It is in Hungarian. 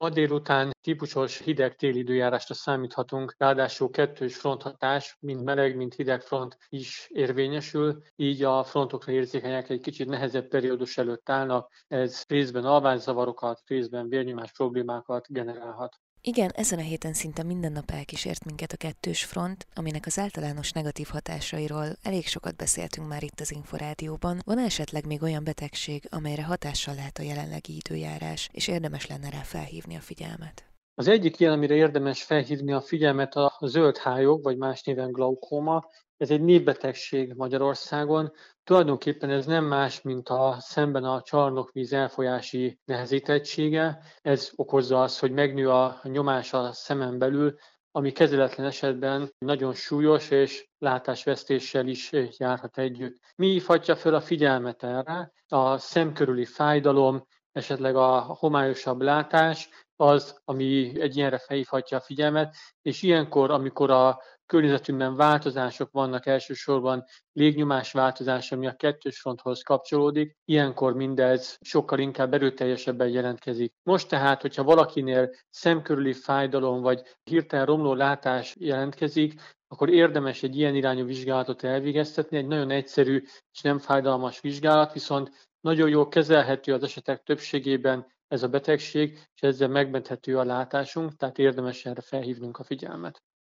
Ma délután típusos hideg téli időjárásra számíthatunk, ráadásul kettős fronthatás, mind meleg, mind hideg front is érvényesül, így a frontokra érzékenyek egy kicsit nehezebb periódus előtt állnak, ez részben alvászavarokat, részben vérnyomás problémákat generálhat. Igen, ezen a héten szinte minden nap elkísért minket a kettős front, aminek az általános negatív hatásairól elég sokat beszéltünk már itt az Inforádióban. Van esetleg még olyan betegség, amelyre hatással lehet a jelenlegi időjárás, és érdemes lenne rá felhívni a figyelmet? Az egyik ilyen, amire érdemes felhívni a figyelmet, a zöld hályog, vagy más néven glaukóma. Ez egy népbetegség Magyarországon. Tulajdonképpen ez nem más, mint szemben a csarnokvíz elfolyási nehezítettsége. Ez okozza azt, hogy megnő a nyomás a szemen belül, ami kezeletlen esetben nagyon súlyos és látásvesztéssel is járhat együtt. Mi hívhatja föl a figyelmet erre? A szem körüli fájdalom, esetleg a homályosabb látás, az, ami egy ilyenre felhívhatja a figyelmet, és ilyenkor, amikor a környezetünkben változások vannak, elsősorban légnyomás változás, ami a kettős fronthoz kapcsolódik, ilyenkor mindez sokkal inkább erőteljesebben jelentkezik. Most tehát, hogyha valakinél szemkörüli fájdalom vagy hirtelen romló látás jelentkezik, akkor érdemes egy ilyen irányú vizsgálatot elvégeztetni, egy nagyon egyszerű és nem fájdalmas vizsgálat, viszont nagyon jól kezelhető az esetek többségében ez a betegség, és ezzel megmenthető a látásunk, tehát érdemes erre felhívnunk a figyelmet.